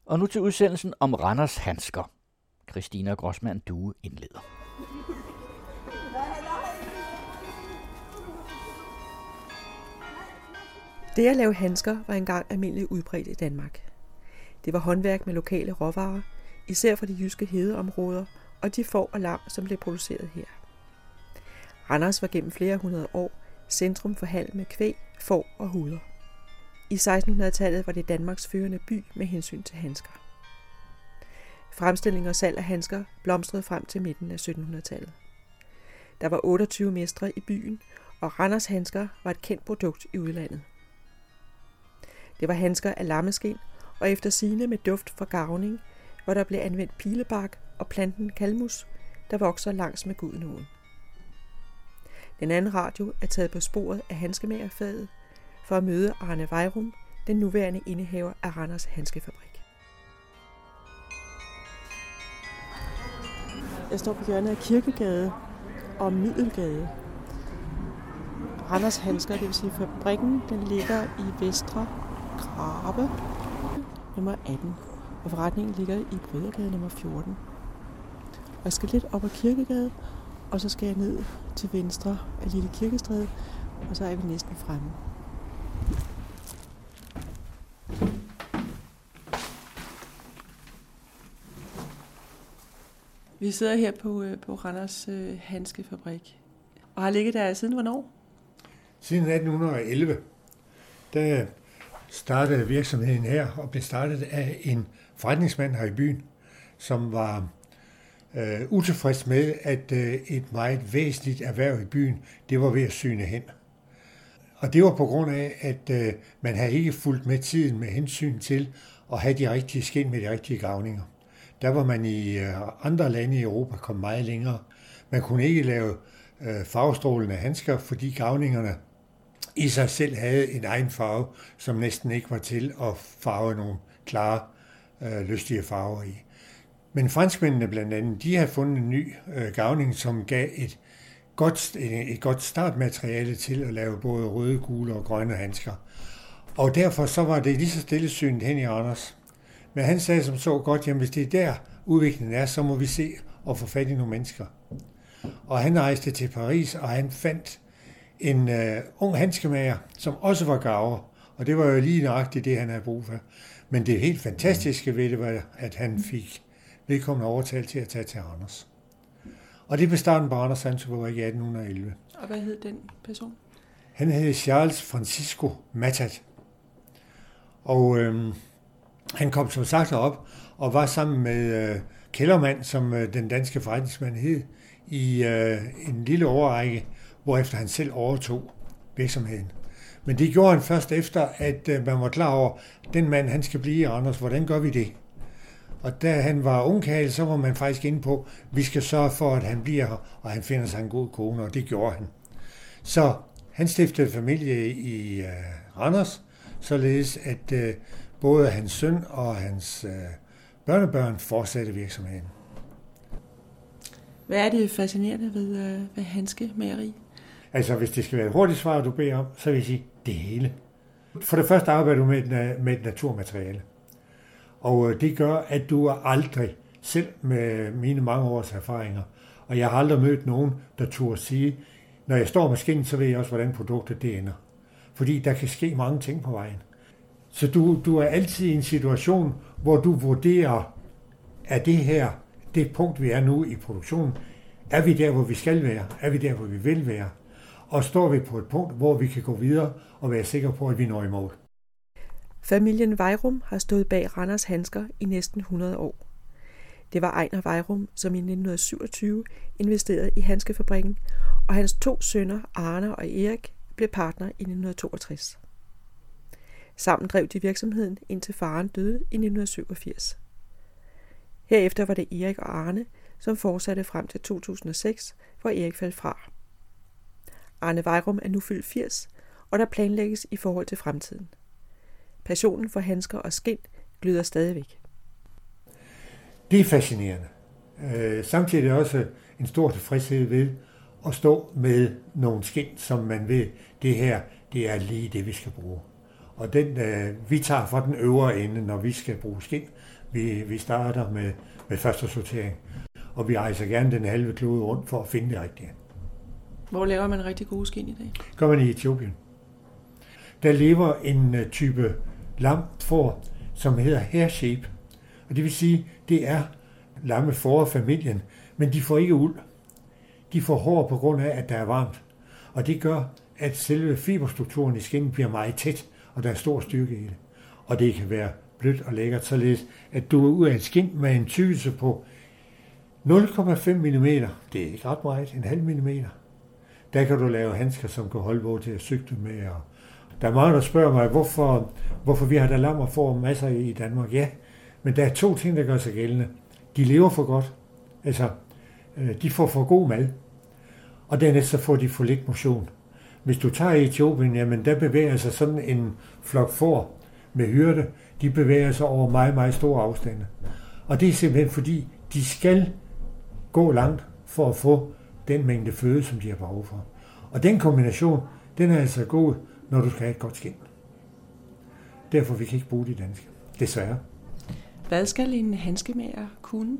Og nu til udsendelsen om Randers handsker. Christina Grossmann Due indleder. Det at lave handsker var engang almindeligt udbredt i Danmark. Det var håndværk med lokale råvarer, især fra de jyske hedeområder og de får og lam, som blev produceret her. Randers var gennem flere hundrede år centrum for handel med kvæg, får og huder. I 1600-tallet var det Danmarks førende by med hensyn til handsker. Fremstilling og salg af handsker blomstrede frem til midten af 1700-tallet. Der var 28 mestre i byen, og Randers handsker var et kendt produkt i udlandet. Det var handsker af lammeskind og efter sigende med duft fra garvning, hvor der blev anvendt pilebark og planten kalmus, der vokser langs med Gudenåen. Den anden radio er taget på sporet af handskemagerfaget for at møde Arne Vejrum, den nuværende indehaver af Randers Handskefabrik. Jeg står på hjørnet af Kirkegade og Middelgade. Randers Handsker, det vil sige fabrikken, den ligger i Vestre Grabe, nummer 18, og forretningen ligger i Brydergade nummer 14. Og jeg skal lidt op ad Kirkegade, og så skal jeg ned til venstre af Lille Kirkestræde, og så er vi næsten fremme. Vi sidder her på Randers Handskefabrik, og har ligget der siden hvornår? Siden 1811, der startede virksomheden her og blev startet af en forretningsmand her i byen, som var utilfreds med, at et meget væsentligt erhverv i byen, det var ved at syne hen. Og det var på grund af, at man havde ikke fulgt med tiden med hensyn til at have de rigtige skind med de rigtige garvninger. Der var man i andre lande i Europa kommet meget længere. Man kunne ikke lave farvestrålende handsker, fordi garvningerne i sig selv havde en egen farve, som næsten ikke var til at farve nogle klare, lystige farver i. Men franskmændene blandt andet, de havde fundet en ny garvning, som gav et godt startmateriale til at lave både røde, gule og grønne handsker. Og derfor så var det lige så stillesynet hen i Randers. Men han sagde som så godt, jamen hvis det er der udviklingen er, så må vi se og få fat i nogle mennesker. Og han rejste til Paris, og han fandt en ung handskemager, som også var garver. Og det var jo lige nøjagtigt det, han havde brug for. Men det helt fantastiske ved det var, at han fik vedkommende overtalt til at tage til Randers. Og det blev starten på Randers Handskefabrik i 1811. Og hvad hed den person? Han hed Charles Francisco Matat. Og han kom som sagt op og var sammen med Kellermann, som den danske forretningsmand hed, i en lille årrække, hvorefter han selv overtog virksomheden. Men det gjorde han først efter, at man var klar over, at den mand, han skal blive i Randers. Hvordan gør vi det? Og da han var ungkarl, så var man faktisk inde på, at vi skal sørge for, at han bliver her, og han finder sig en god kone, og det gjorde han. Så han stiftede familie i Randers, således at både hans søn og hans børnebørn fortsatte virksomheden. Hvad er det fascinerende ved handskemageri? Altså, hvis det skal være et hurtigt svar, du beder om, så vil jeg sige det hele. For det første arbejder du med et naturmateriale. Og det gør, at du aldrig, selv med mine mange års erfaringer, og jeg har aldrig mødt nogen, der turde sige, når jeg står med skind, så ved jeg også, hvordan produktet det ender. Fordi der kan ske mange ting på vejen. Så du er altid i en situation, hvor du vurderer, er det her det punkt, vi er nu i produktionen? Er vi der, hvor vi skal være? Er vi der, hvor vi vil være? Og står vi på et punkt, hvor vi kan gå videre og være sikre på, at vi når i mål? Familien Vejrum har stået bag Randers Handsker i næsten 100 år. Det var Ejner Vejrum, som i 1927 investerede i handskefabrikken, og hans 2 sønner, Arne og Erik, blev partner i 1962. Sammen drev de virksomheden, indtil faren døde i 1987. Herefter var det Erik og Arne, som fortsatte frem til 2006, hvor Erik faldt fra. Arne Vejrum er nu fyldt 80, og der planlægges i forhold til fremtiden. Passionen for handsker og skind gløder stadigvæk. Det er fascinerende. Samtidig er det også en stor tilfredshed ved at stå med nogle skind, som man ved, det her, det er lige det, vi skal bruge. Og den, vi tager fra den øvre ende, når vi skal bruge skind. Vi starter med første sortering, og vi rejser gerne den halve klode rundt for at finde det rigtige. Hvor laver man rigtig gode skind i dag? Gør man i Etiopien. Der lever en type lamfår, som hedder hair shape. Og det vil sige, det er lammefårefamilien, men de får ikke uld. De får hår på grund af, at der er varmt. Og det gør, at selve fiberstrukturen i skindet bliver meget tæt, og der er stor styrke i det. Og det kan være blødt og lækkert, således at du er ud af et skind med en tykkelse på 0,5 mm. Det er ikke ret meget, en halv millimeter. Der kan du lave handsker, som kan holde på til at cykle med. Og der er mange, der spørger mig, hvorfor vi har der lam og får masser i Danmark. Ja, men der er 2 ting, der gør sig gældende. De lever for godt. Altså, de får for god mad. Og dernæst så får de for lidt motion. Hvis du tager Etiopien, jamen der bevæger sig sådan en flok får med hyrde. De bevæger sig over meget, meget store afstande. Og det er simpelthen fordi, de skal gå langt for at få den mængde føde, som de har behov for. Og den kombination, den er altså god, når du skal have et godt skind. Derfor vi kan ikke bruge de danske. Desværre. Hvad skal en handskemager kunne?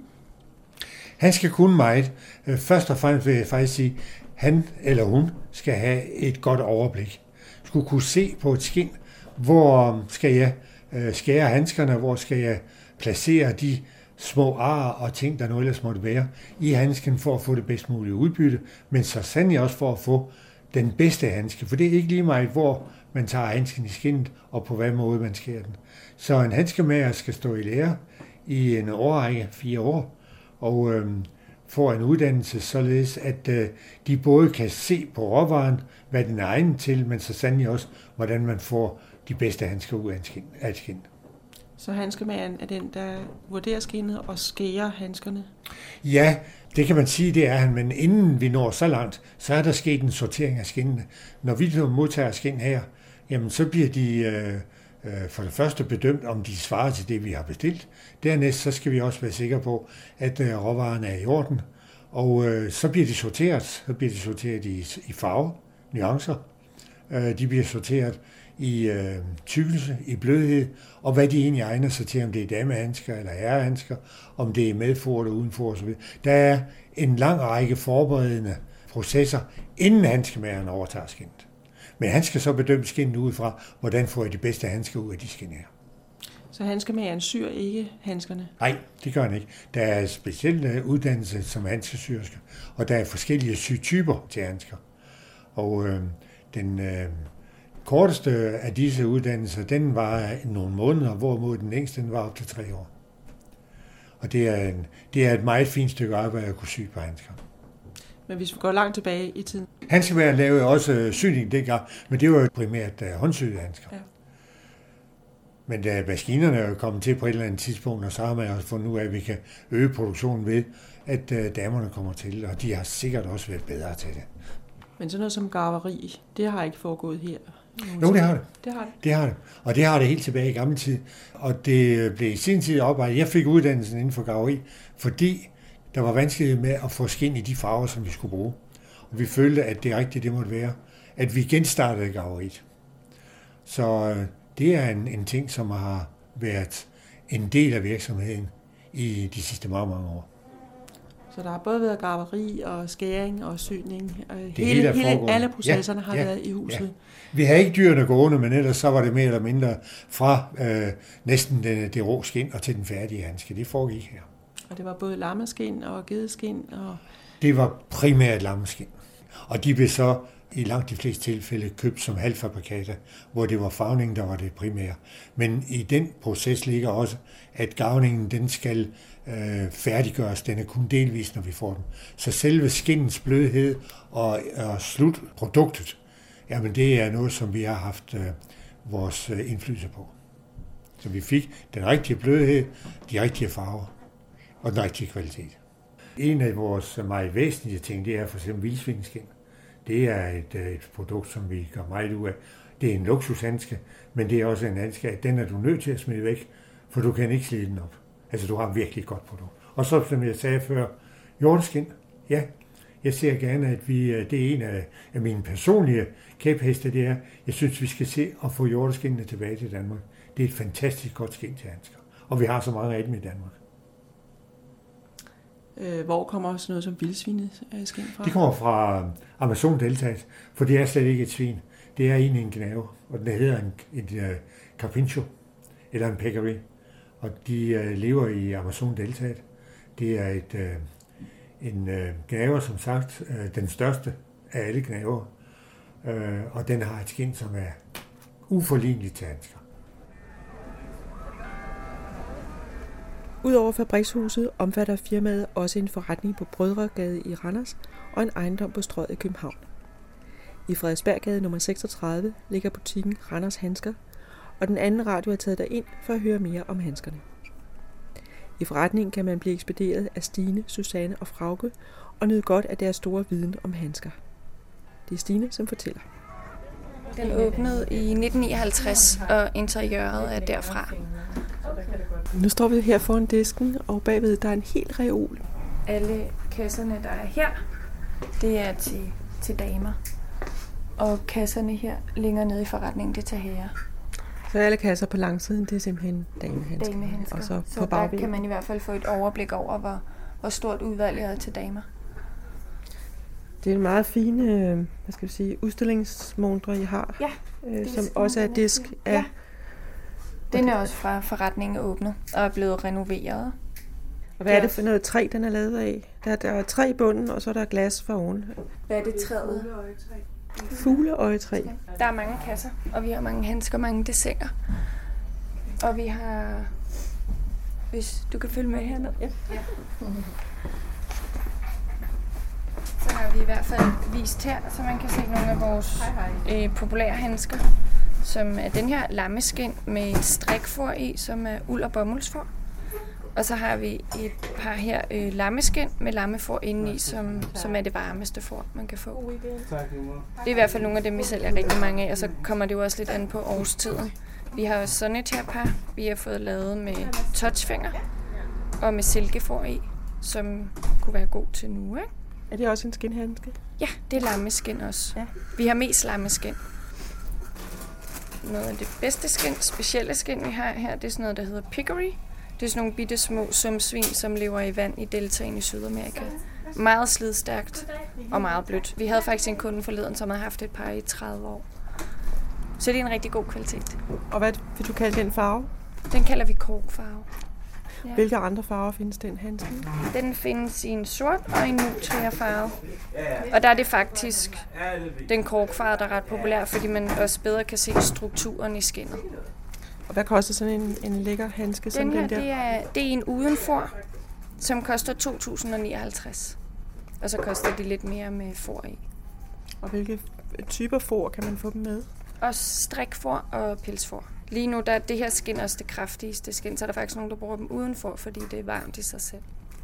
Han skal kunne meget. Først og fremmest vil jeg faktisk sige, han eller hun skal have et godt overblik. Skulle kunne se på et skind, hvor skal jeg skære handskerne, hvor skal jeg placere de små ar og ting, der nu ellers måtte være i handsken for at få det bedst mulige udbytte, men så sandelig også for at få den bedste handske, for det er ikke lige meget, hvor man tager handsken i skindet og på hvad måde man skærer den. Så en handskemager skal stå i lære i en årrække, 4 år, og får en uddannelse, således at de både kan se på råvaren, hvad den er egnet til, men så sandelig også, hvordan man får de bedste handsker ud af et skind. Så handskemageren er den, der vurderer skindet og skærer handskerne? Ja, det kan man sige, det er han, men inden vi når så langt, så er der sket en sortering af skindene. Når vi modtager skind her, jamen så bliver de for det første bedømt, om de svarer til det, vi har bestilt. Dernæst så skal vi også være sikre på, at råvarerne er i orden. Og så bliver de sorteret. Så bliver de sorteret i farve, nuancer. De bliver sorteret i tykkelse, i blødhed, og hvad de egentlig egner sig til, om det er damehandsker eller herrehandsker, om det er medfor eller udenfor osv. Der er en lang række forberedende processer, inden handskemageren overtager skindet. Men han skal så bedømme skindet ud fra, hvordan får jeg de bedste handsker ud af de skind her. Så handskemageren syr ikke handskerne? Nej, det gør han ikke. Der er specielle uddannelse som handskesyrske, og der er forskellige sytyper til handsker. Og den korteste af disse uddannelser, den var nogle måneder, hvorimod den længste den var op til 3 år. Og det er et meget fint stykke arbejde at kunne sy på handsker. Men hvis vi går langt tilbage i tiden? Handskemageren lavede også syning dengang, men det var jo primært håndsyede handsker. Ja. Men da maskinerne er kommet til på et eller andet tidspunkt, og så har man også fundet ud af, at vi kan øge produktionen ved, at damerne kommer til, og de har sikkert også været bedre til det. Men sådan noget som garveri, det har ikke foregået her? Jo, det har det. Det har det. Og det har det helt tilbage i gamle tid. Og det blev i sin tid oprettet. Jeg fik uddannelsen inden for garveri, fordi der var vanskeligt med at få skind i de farver, som vi skulle bruge. Og vi følte, at det rigtige det måtte være, at vi genstartede garveriet. Så det er en ting, som har været en del af virksomheden i de sidste mange, mange år. Så der har både været garveri og skæring og syning. Alle processerne har været i huset. Ja. Vi havde ikke dyrene gående, men ellers så var det mere eller mindre fra næsten det rå skind og til den færdige handske. Det foregik her. Og det var både lammeskind og gedeskind? Det var primært lammeskind. Og de blev så i langt de fleste tilfælde købt som halvfabrikater, hvor det var farvningen, der var det primære. Men i den proces ligger også, at garvningen den skal færdiggøres. Den er kun delvis, når vi får den. Så selve skindens blødhed og slutproduktet, jamen det er noget, som vi har haft vores indflydelse på. Så vi fik den rigtige blødhed, de rigtige farver og den rigtige kvalitet. En af vores meget væsentlige ting, det er for eksempel vildsvineskind. Det er et produkt, som vi gør meget ud af. Det er en luksushandske, men det er også en handske, at den er du nødt til at smide væk, for du kan ikke slide den op. Altså, du har virkelig et godt produkt. Og så, som jeg sagde før, hjorteskind. Ja, Jeg ser gerne, at det er en af mine personlige kæpheste, det er, jeg synes, vi skal se at få hjorteskindene tilbage til Danmark. Det er et fantastisk godt skind til handsker, og vi har så mange af dem i Danmark. Hvor kommer sådan noget som vildsvineskind fra? De kommer fra Amazon-deltaet, for det er slet ikke et svin. Det er egentlig en gnave, og den hedder et carpincho, eller en peccary. Og de lever i Amazon-deltaet. Det er en gnave, som sagt, den største af alle gnaver. Og den har et skind, som er uforligneligt til handsker. Udover fabrikshuset omfatter firmaet også en forretning på Brødregade i Randers og en ejendom på Strøget i København. I Frederiksberggade nummer 36 ligger butikken Randers Handsker, og den anden radio er taget derind for at høre mere om handskerne. I forretningen kan man blive ekspederet af Stine, Susanne og Frauke og nyde godt af deres store viden om handsker. Det er Stine, som fortæller. Den åbnede i 1959, og interiøret er derfra. Nu står vi her foran disken, og bagved der er en helt reol. Alle kasserne, der er her, det er til damer. Og kasserne her længere nede i forretningen, det er til herrer. Så alle kasser på langsiden, det er simpelthen damehandsker. Og så på der kan man i hvert fald få et overblik over, hvor stort udvalg er til damer. Det er en meget fin udstillingsmontre, I har, som også er disk af... Ja. Den er også fra forretningen åbnet og er blevet renoveret. Og hvad er det for noget træ, den er lavet af? Der er træ i bunden, og så er der glas for oven. Hvad er det træet? Fugleøjetræ. Der er mange kasser, og vi har mange handsker, mange dessinger. Og vi har... Hvis du kan følge med hernede. Ja. Så har vi i hvert fald vist her, så man kan se nogle af vores populære handsker, som er den her lammeskind med et strikfor i, som er uld- og bomuldsfor. Og så har vi et par her lammeskind med lammefor indeni, som er det varmeste for, man kan få. Det er i hvert fald nogle af dem, vi sælger rigtig mange af, og så kommer det jo også lidt an på årstiden. Vi har også sådan et her par, vi har fået lavet med touchfinger og med silkefor i, som kunne være god til nu, ikke? Er det også en skindhandske? Ja, det er lammeskind også. Ja. Vi har mest lammeskind. Noget af det bedste skind, specielle skind, vi har her, det er sådan noget, der hedder peccary. Det er sådan nogle bitte små sumsvin, som lever i vand i deltaen i Sydamerika. Meget slidstærkt og meget blødt. Vi havde faktisk en kunde forleden, som havde haft et par i 30 år. Så det er en rigtig god kvalitet. Og hvad vil du kalde den farve? Den kalder vi korkfarve. Ja. Hvilke andre farver findes den handske? Den findes i en sort og en nutria-farve. Og der er det faktisk den korkfarve, der er ret populær, fordi man også bedre kan se strukturen i skindet. Og hvad koster sådan en lækker handske som den der? Det er en udenfor, som koster 2.059. Og så koster det lidt mere med for i. Og hvilke typer for kan man få dem med? Også strikfor og pelsfor. Lige nu der er det her skin også det kraftigste skin, så er der faktisk nogen, der bruger dem udenfor, fordi det er varmt i sig selv.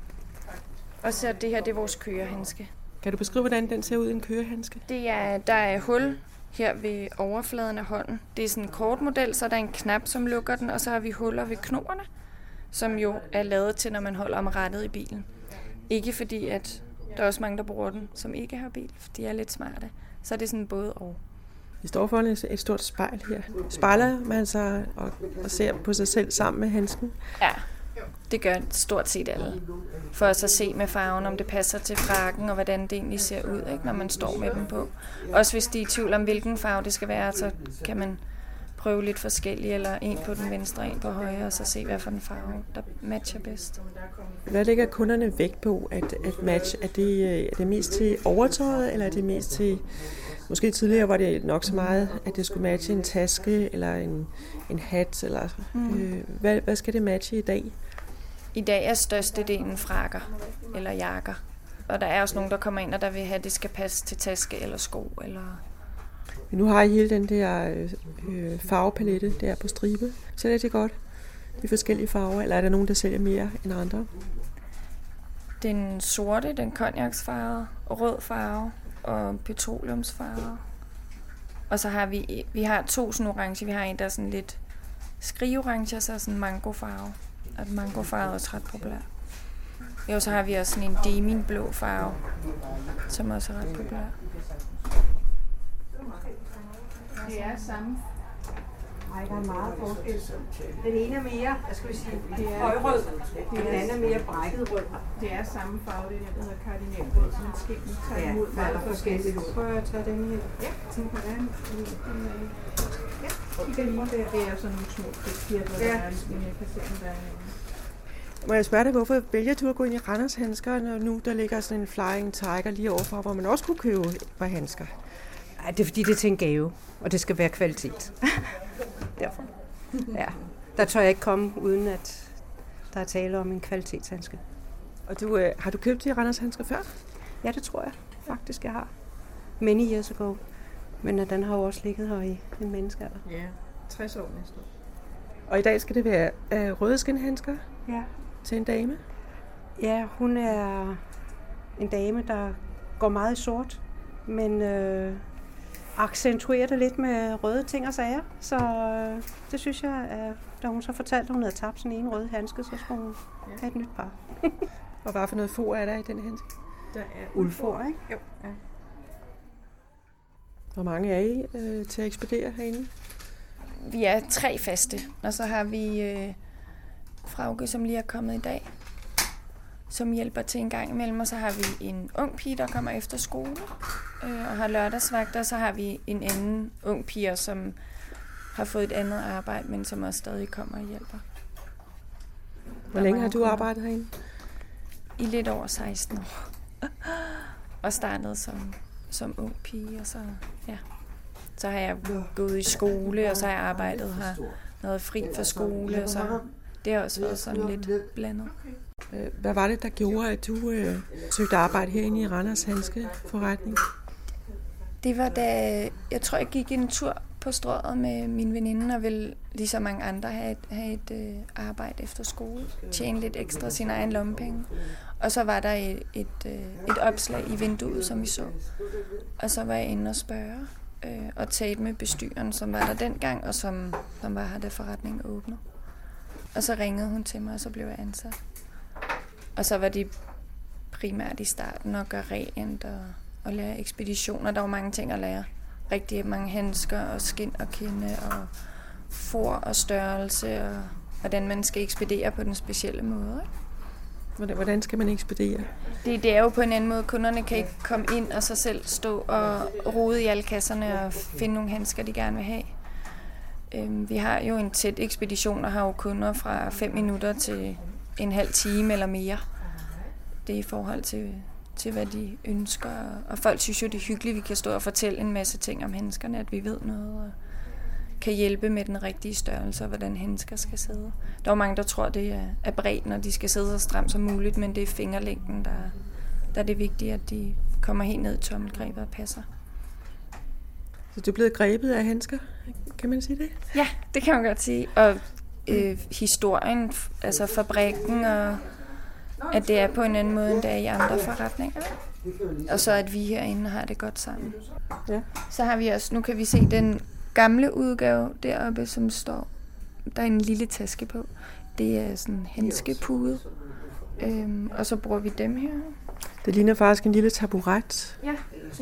Og så det her, det er vores kørehandske. Kan du beskrive, hvordan den ser ud, en kørehandske? Der er hul her ved overfladen af hånden. Det er sådan en kort model, så er der en knap, som lukker den, og så har vi huller ved knoerne, som jo er lavet til, når man holder om rattet i bilen. Ikke fordi, at der er også mange, der bruger den, som ikke har bil, for de er lidt smarte. Så er det sådan både og. Vi står foran et stort spejl her. Spejler man sig og ser på sig selv sammen med handsken? Ja, det gør stort set alle. For os at se med farven, om det passer til frakken, og hvordan det egentlig ser ud, ikke, når man står med dem på. Også hvis de er i tvivl om, hvilken farve det skal være, så kan man prøve lidt forskellige, eller en på den venstre, en på højre, og så se, hvad for en farve, der matcher bedst. Hvad lægger kunderne vægt på at match? Er det mest til overtøjet, eller er det mest til... Måske tidligere var det nok så meget, at det skulle matche en taske eller en hat. Eller, hvad skal det matche i dag? I dag er størstedelen frakker eller jakker. Og der er også nogen, der kommer ind, og der vil have, at det skal passe til taske eller sko. Eller... Men nu har I hele den der farvepalette der på stribe. Sælger det godt? De forskellige farver, eller er der nogen, der sælger mere end andre? Den sorte, den konjaksfarve, rød farve og petroleumsfarve. Og så har vi har 2 sådan orange. Vi har en, der er sådan lidt skrigeorange, og så sådan mangofarve. Og mangofarve er også ret populær. Jo, så har vi også sådan en deminblå farve, som også er ret populær. Det er samme. Nej, der er meget forskel. Den ene er mere, jeg skal sige, højrød. Den anden er mere brækket rød. Det er samme farve, det er der hedder kardinalrød, som en skimmel tager imod meget forskelligt ud. Prøv at tage den her. Ja, tænk på den. Ja, det er sådan nogle små kirker, der er, men jeg kan se, om der er en. Må jeg spørge dig, hvorfor vælger du at gå ind i Randers handsker, når nu der ligger sådan en Flying Tiger lige overfor, hvor man også kunne købe et par handsker? Ej, det er fordi, det er til en gave, og det skal være kvalitet. Derfor. Ja. Der tør jeg ikke komme, uden at der er tale om en kvalitetshandske. Og har du købt de Randers handsker før? Ja, det tror jeg faktisk, jeg har. Many years ago. Men den har jo også ligget her i en menneskealder. Ja, 60 år næste år. Og i dag skal det være røde skinhandsker? Ja. Til en dame? Ja, hun er en dame, der går meget i sort, men accentuerer det lidt med røde ting og sager. Så det synes jeg, da hun så fortalte, at hun havde tabt sådan en røde handske, så skulle hun have et nyt par. Og hvad for noget for er der i den handske? Der er uldfor, ikke? Jo. Ja. Hvor mange er I til at ekspedere herinde? Vi er 3 faste, og så har vi Frauke, som lige er kommet i dag, som hjælper til en gang imellem, og så har vi en ung pige, der kommer efter skole og har lørdagsvagt, og så har vi en anden ung pige, som har fået et andet arbejde, men som også stadig kommer og hjælper. Hvor længe har du arbejdet herinde? I lidt over 16 år. Og startede som ung pige, og så har jeg gået i skole, og så har jeg arbejdet her noget fri for skole, og så det har også været sådan lidt blandet. Hvad var det, der gjorde, at du søgte arbejde herinde i Randers handskeforretning? Det var da, jeg tror, jeg gik en tur på Strøget med min veninde, og ville ligesom mange andre have et arbejde efter skole. Tjene lidt ekstra sin egen lommepenge. Og så var der et opslag i vinduet, som vi så. Og så var jeg inde og spørge og tale med bestyreren, som var der dengang, og som var her, da forretningen åbnede. Og så ringede hun til mig, og så blev jeg ansat. Og så var det primært i starten at gøre rent og lære ekspeditioner. Der var mange ting at lære. Rigtig mange handsker og skind og kinde og for og størrelse og hvordan man skal ekspedere på den specielle måde. Hvordan skal man ekspedere? Det er jo på en anden måde. Kunderne kan ikke komme ind og så selv stå og rode i alle kasserne og finde nogle handsker, de gerne vil have. Vi har jo en tæt ekspedition og har jo kunder fra 5 minutter til en halv time eller mere. Det er i forhold til hvad de ønsker. Og folk synes jo, det er hyggeligt, vi kan stå og fortælle en masse ting om handskerne, at vi ved noget og kan hjælpe med den rigtige størrelse og hvordan handsker skal sidde. Der er mange, der tror, det er bredt, når de skal sidde så stramt som muligt, men det er fingerlængden, der er det vigtige, at de kommer helt ned i tommelgrebet og passer. Så du er blevet grebet af handsker, kan man sige det? Ja, det kan man godt sige. Og historien, altså fabrikken, og at det er på en anden måde, end det er i andre forretninger. Og så at vi herinde har det godt sammen. Ja. Så har vi også, nu kan vi se den gamle udgave deroppe, som står, der er en lille taske på. Det er sådan en handskepude. Og så bruger vi dem her. Det ligner faktisk en lille taburet. Ja,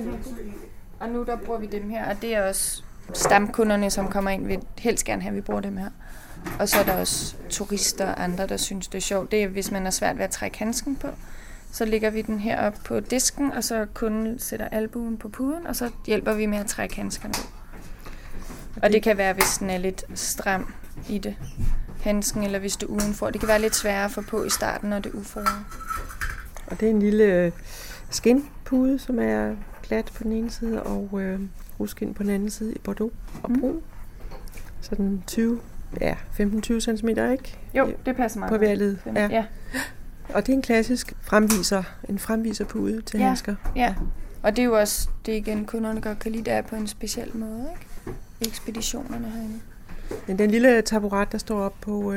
og nu der bruger vi dem her, og det er også stamkunderne, som kommer ind, vil helst gerne have, at vi bruger dem her. Og så er der også turister og andre, der synes, det er sjovt. Det er, hvis man er svært ved at trække handsken på, så lægger vi den her op på disken, og så kunden sætter albuen på puden, og så hjælper vi med at trække handskerne ud. Og det kan være, hvis den er lidt stram i det, handsken, eller hvis det er udenfor. Det kan være lidt sværere at få på i starten, når det er uforret. Og det er en lille skinpude, som er glat på den ene side, og ruskind på den anden side i Bordeaux og brun. Sådan 15-20 cm, ikke? Jo, det passer meget. På hver led. Ja. Og det er en klassisk fremviserpude til handsker. Ja, og det er jo også, det igen kunderne godt kan lide, det er på en speciel måde, ikke? Ekspeditionerne herinde. Men den lille taburet, der står op på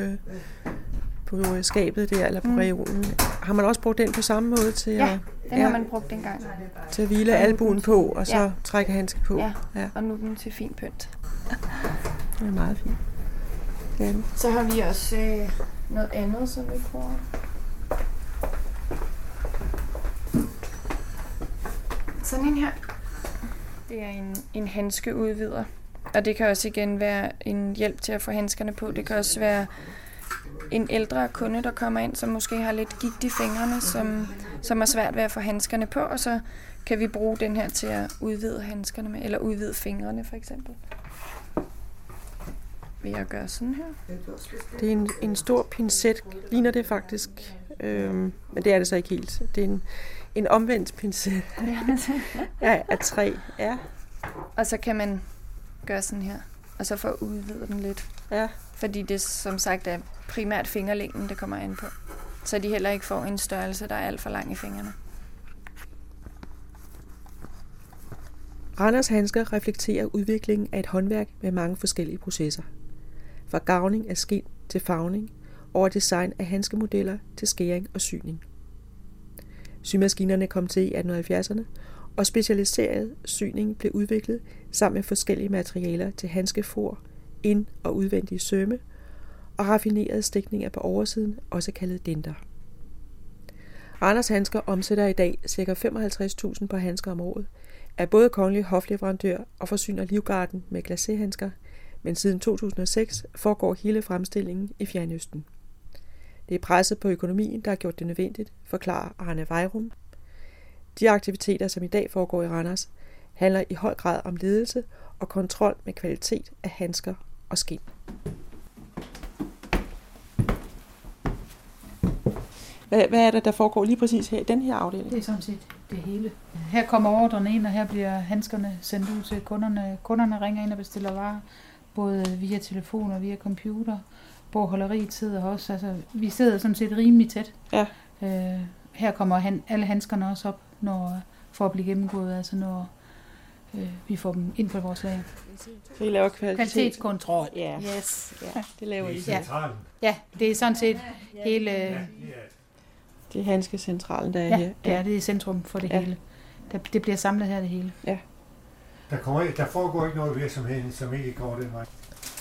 skabet der, eller på reolen, har man også brugt den på samme måde til at... Ja, den har man brugt en gang. Til at hvile albuen på, og så trække handske på. Ja, og nu er den til fin pynt. Det er meget fint. Ja. Så har vi også noget andet, som vi bruger. Sådan en her. Det er en handskeudvider. Og det kan også igen være en hjælp til at få handskerne på. Det kan også være en ældre kunde, der kommer ind, som måske har lidt gigt i fingrene, som er svært ved at få handskerne på, og så kan vi bruge den her til at udvide handskerne med, eller udvide fingrene for eksempel. Vil jeg gøre sådan her? Det er en stor pincet, ligner det faktisk, men det er det så ikke helt. Det er en omvendt pincet af træ. Ja. Og så kan man gøre sådan her, og så få udvidet den lidt. Ja. Fordi det som sagt er primært fingerlængden, det kommer an på. Så de heller ikke får en størrelse, der er alt for lang i fingrene. Randers handsker reflekterer udviklingen af et håndværk med mange forskellige processer. Fra garvning af skind til farvning, over design af handskemodeller til skæring og syning. Symaskinerne kom til i 1870'erne, og specialiseret syning blev udviklet sammen med forskellige materialer til handskefor, ind- og udvendige sømme, og raffinerede stikninger på oversiden, også kaldet denter. Randers handsker omsætter i dag ca. 55.000 par handsker om året, er både kongelig hofleverandør og forsyner Livgarden med glacéhandsker, men siden 2006 foregår hele fremstillingen i Fjernøsten. Det er presset på økonomien, der har gjort det nødvendigt, forklarer Arne Vejrum. De aktiviteter, som i dag foregår i Randers, handler i høj grad om ledelse og kontrol med kvalitet af handsker og skind. Hvad er det, der foregår lige præcis her i den her afdeling? Det er sådan set det hele. Her kommer ordrene ind, og her bliver handskerne sendt ud til kunderne. Kunderne ringer ind og bestiller varer, både via telefon og via computer. Bogholderiet sidder også. Altså, vi sidder sådan set rimelig tæt. Ja. Her kommer alle handskerne også op, for at blive gennemgået, altså når vi får dem ind på vores lager. Så I laver kvalitetskontrol. Ja. Yes. Ja, det laver I. Ja, det er sådan set hele... Det er handskecentralen, der er her. Ja, det er centrum for det hele. Det bliver samlet her, det hele. Ja. Der foregår ikke noget virksomhed, som ikke går den vej.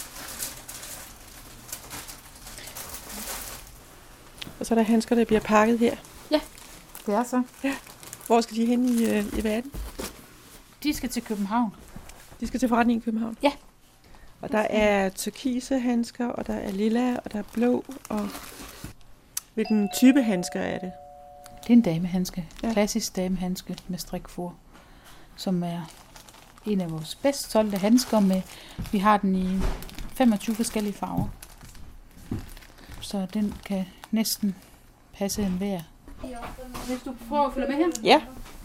Og så er der handsker, der bliver pakket her. Ja, det er så. Ja. Hvor skal de hen i verden? De skal til København. De skal til forretningen i København? Ja. Og der er turkise handsker, og der er lilla, og der er blå, og hvilken type handsker er det? Det er en damehandske. Ja. Klassisk damehandske med strikfor, som er en af vores bedst solgte handsker med. Vi har den i 25 forskellige farver. Så den kan næsten passe enhver. Hvis du prøver at følge med her. Ja.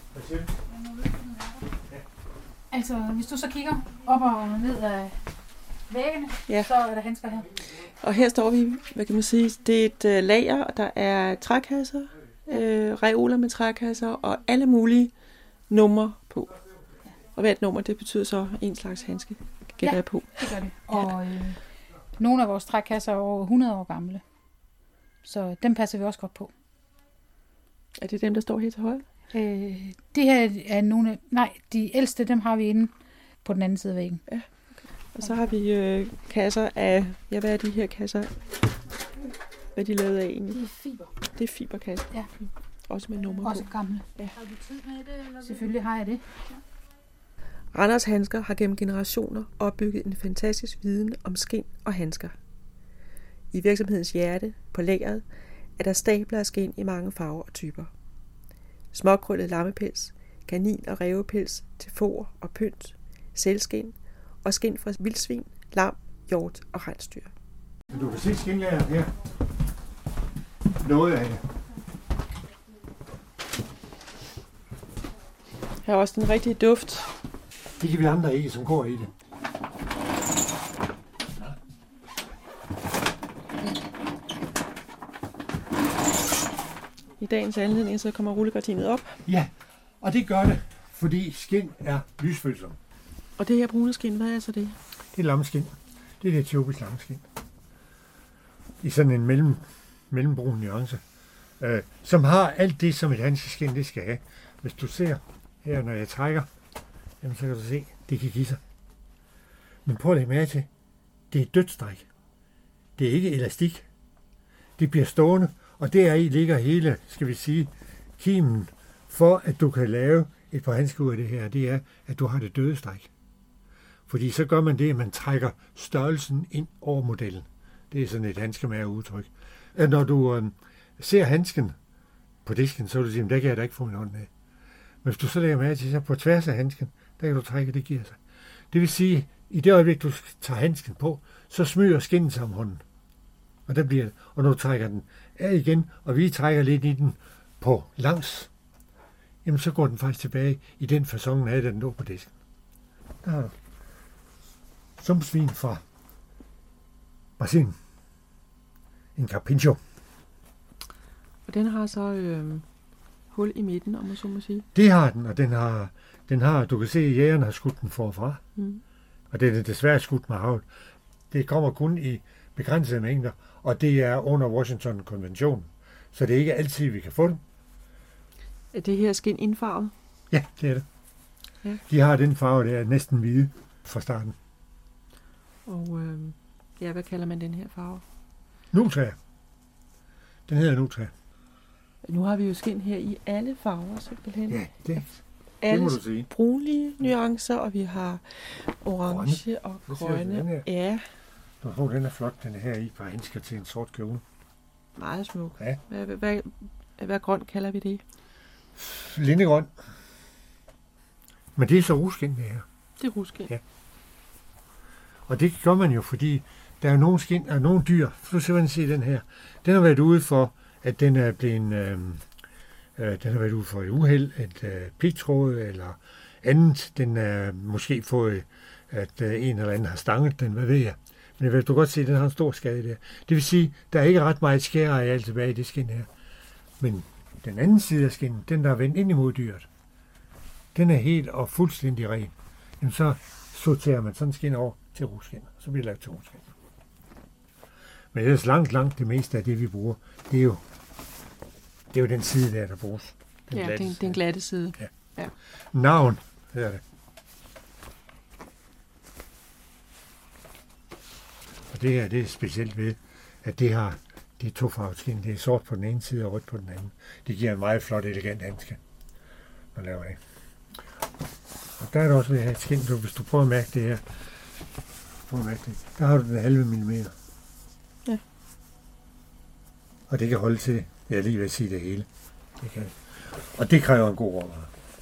Altså, hvis du så kigger op og ned af væggene, så er der handsker her. Og her står vi, hvad kan man sige, det er et lager, og der er trækasser, reoler med trækasser og alle mulige numre på. Og hvert nummer, det betyder så en slags handske, gætter jeg på. Det gør det. Og nogle af vores trækasser er over 100 år gamle. Så dem passer vi også godt på. Er det dem, der står her til højre? Det her er nogle af... Nej, de ældste, dem har vi inde på den anden side af væggen. Ja, okay. Og så har vi kasser af... Ja, hvad er de her kasser? Hvad er de lavet af egentlig? Det er fiber. Det er fiberkasser. Ja. Også med nummer på. Også gamle. Ja. Har du tid med det? Eller? Selvfølgelig har jeg det. Ja. Randers handsker har gennem generationer opbygget en fantastisk viden om skind og handsker. I virksomhedens hjerte, på lageret, er der stabler af skind i mange farver og typer. Småkrøllet lammepels, kanin- og rævepels til får og pynt, sælskind og skind fra vildsvin, lam, hjort og rensdyr. Du kan se skindlageret her. Noget af det. Her er også den rigtige duft. Det kan vi andre ikke, som går i det. I dagens anledning så kommer rullegardinet op. Ja, og det gør det, fordi skind er lysfølsom. Og det her brune skind, hvad er så det? Det er lammeskind. Det er det etiopisk lammeskind. I sådan en mellembrun nuance. Som har alt det, som et handskeskind det skal have. Hvis du ser her, når jeg trækker, jamen, så kan du se, det kan give sig. Men prøv at lægge mærke til, det er dødsstrik. Det er ikke elastik. Det bliver stående, og deri ligger hele, skal vi sige, kimen for, at du kan lave et par handsker ud af det her, det er, at du har det døde stræk. Fordi så gør man det, at man trækker størrelsen ind over modellen. Det er sådan et handskemagerudtryk. Når du ser handsken på disken, så vil du sige, der kan jeg da ikke få min hånd af. Men hvis du så lægger mærke til, så på tværs af handsken, der kan du trække, det giver sig. Det vil sige, i det øjeblik, du tager handsken på, så smyger skindet sig om hånden. Og der bliver det. Og når du trækker den af igen, og vi trækker lidt i den på langs, jamen så går den faktisk tilbage i den facon af, da den lå på disken. Der har du sumpsvin fra Brasilien. En carpincho. Og den har så hul i midten, om man så må sige. Det har den, og den har, du kan se, at jægerne har skudt den forfra. Og det er desværre skudt med havl. Det kommer kun i begrænsede mængder, og det er under Washington-konventionen. Så det er ikke altid, vi kan få dem. Er det her skind indfarvet? Ja, det er det. Ja. De har den farve, der er næsten hvide fra starten. Og hvad kalder man den her farve? Nutria. Den hedder Nutria. Nu har vi jo skind her i alle farver, simpelthen. Ja, det alle må du sige. brunlige nuancer, og vi har orange og grønne. Ja. Den er flot, den er her i, par handsker til en sort kjole. Meget smuk. Ja. Hvad grøn kalder vi det? Lindegrøn. Men det er så ruskin, det her. Det er ruskin. Ja. Og det gør man jo, fordi der er nogle skin, og nogle dyr. Du skal se den her. Den har været ude for, at den er blevet, den har været ude for et uheld, et pigtråd eller andet. Den er måske fået, at en eller anden har stanget den, hvad ved jeg. Men du kan godt se, at den har en stor skade der. Det vil sige, der er ikke ret meget skæreareal tilbage i det skin her. Men den anden side af skinnen, den der er vendt ind imod dyret, den er helt og fuldstændig ren. Jamen så sorterer man sådan skin over til ruskin, så bliver det lavet til ruskin. Men ellers langt det meste af det, vi bruger, det er jo den side der bruges. Den glatte side. Ja. Navn hedder det. Og det her, det er specielt ved, at det er tofarvet skin. Det er sort på den ene side og rødt på den anden. Det giver en meget flot, elegant handske. Og laver det. Og der er der også ved at have et skin, hvis du prøver at mærke det her. Der har du den halve millimeter. Ja. Og det kan holde til, jeg lige vil sige det hele. Det kan. Og det kræver en god råvare.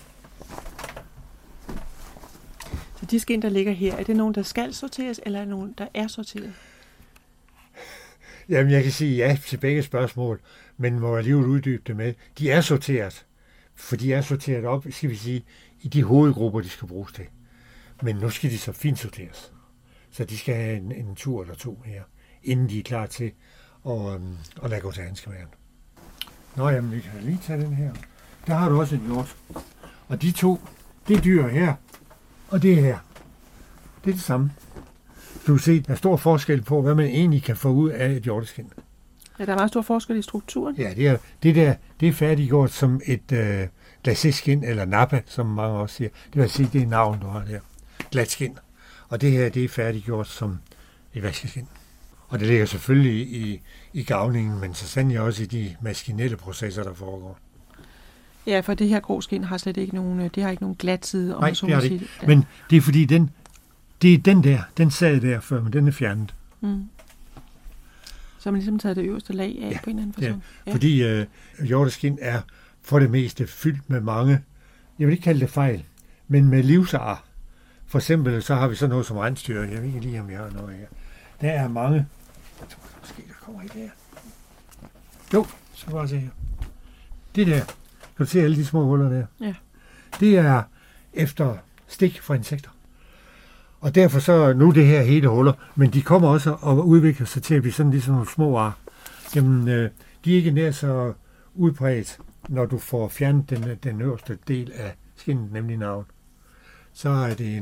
Så de skin, der ligger her, er det nogen, der skal sorteres, eller er det nogen, der er sorteret? Jamen, jeg kan sige ja til begge spørgsmål, men må alligevel uddybe det med. De er sorteret, for de er sorteret op, skal vi sige, i de hovedgrupper, de skal bruges til. Men nu skal de så fint sorteres. Så de skal have en tur eller to her, inden de er klar til at lade gå til handskemageren. Nå, jamen, vi kan lige tage den her. Der har du også en hjort. Og de to, det dyr her, og det her, det er det samme. Du kan se, der er stor forskel på, hvad man egentlig kan få ud af et hjorteskin. Ja, der er meget stor forskel i strukturen. Ja, det er færdiggjort som et glacé-skin, eller nappa, som mange også siger. Det vil sige, det er navn, du har der. Glat skin. Og det her, det er færdiggjort som et vaskeskin. Og det ligger selvfølgelig i gavningen, men så sandelig også i de maskinelle processer, der foregår. Ja, for det her grå skin har slet ikke nogen, det har ikke nogen glat side. Nej, det har det ikke. Men det er fordi, det er den sad der før, men den er fjernet. Mm. Så har man ligesom taget det øverste lag af på en eller anden facon. Ja, fordi hjorteskin er for det meste fyldt med mange, jeg vil ikke kalde det fejl, men med livsar. For eksempel så har vi sådan noget som rensdyr. Jeg ved ikke lige, om jeg har noget her. Der er mange. Jeg tror måske, der kommer i der. Jo, så bare se her. Det der. Kan du se alle de små huller der? Ja. Det er efter stik fra insekter. Og derfor så nu det her hele huller, men de kommer også og udvikler sig til at blive sådan ligesom nogle små ar. Jamen, de er ikke nær så udbredt, når du får fjernet den øverste del af skinnet, nemlig navn. Så er det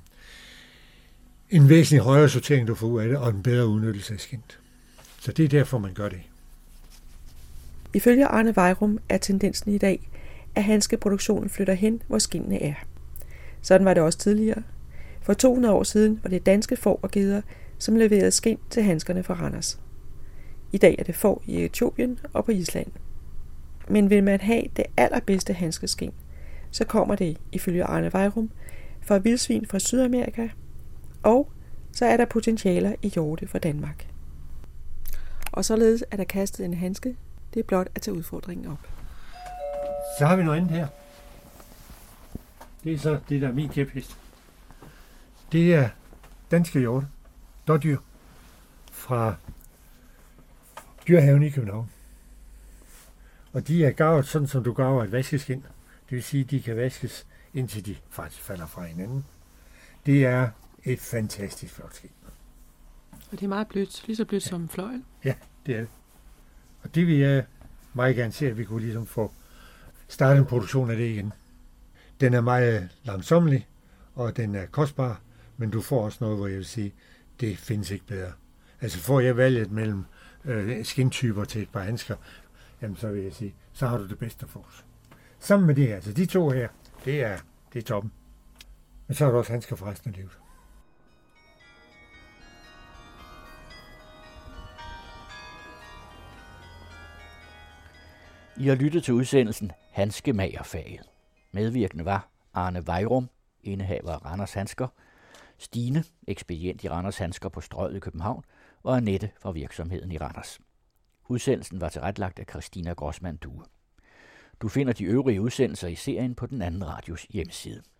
en væsentlig højere sortering, du får ud af det, og en bedre udnyttelse af skinnet. Så det er derfor, man gør det. Ifølge Arne Vejrum er tendensen i dag, at handskeproduktionen flytter hen, hvor skinnene er. Sådan var det også tidligere. For 200 år siden var det danske får og geder, som leverede skind til handskerne fra Randers. I dag er det får i Etiopien og på Island. Men vil man have det allerbedste handskeskind, så kommer det, ifølge Arne Vejrum, fra vildsvin fra Sydamerika, og så er der potentialer i hjorte fra Danmark. Og således er der kastet en handske. Det er blot at tage udfordringen op. Så har vi noget andet her. Det er så det, der er min kæphest. Det er danske hjorte, dårdyr, fra Dyrehaven i København. Og de er garvet sådan, som du garver et vaskeskind. Det vil sige, at de kan vaskes, indtil de faktisk falder fra hinanden. Det er et fantastisk flot skind. Og det er meget blødt, lige så blødt som fløjl. Ja, det er det. Og det vil jeg meget gerne se, at vi kunne ligesom få startet en produktion af det igen. Den er meget langsommelig, og den er kostbar, men du får også noget, hvor jeg vil sige, det findes ikke bedre. Altså får jeg valget mellem skintyper til et par handsker, jamen så vil jeg sige, så har du det bedste for os. Sammen med det her, altså de to her, det er toppen. Men så har du også handsker for resten af livet. I har lyttet til udsendelsen Handskemagerfaget. Medvirkende var Arne Vejrum, indehaver af Randers Handsker, Stine, ekspedient i Randers Handsker på Strøget i København, og Annette fra virksomheden i Randers. Udsendelsen var tilrettelagt af Christina Grossmann Due. Du finder de øvrige udsendelser i serien på den anden radios hjemmeside.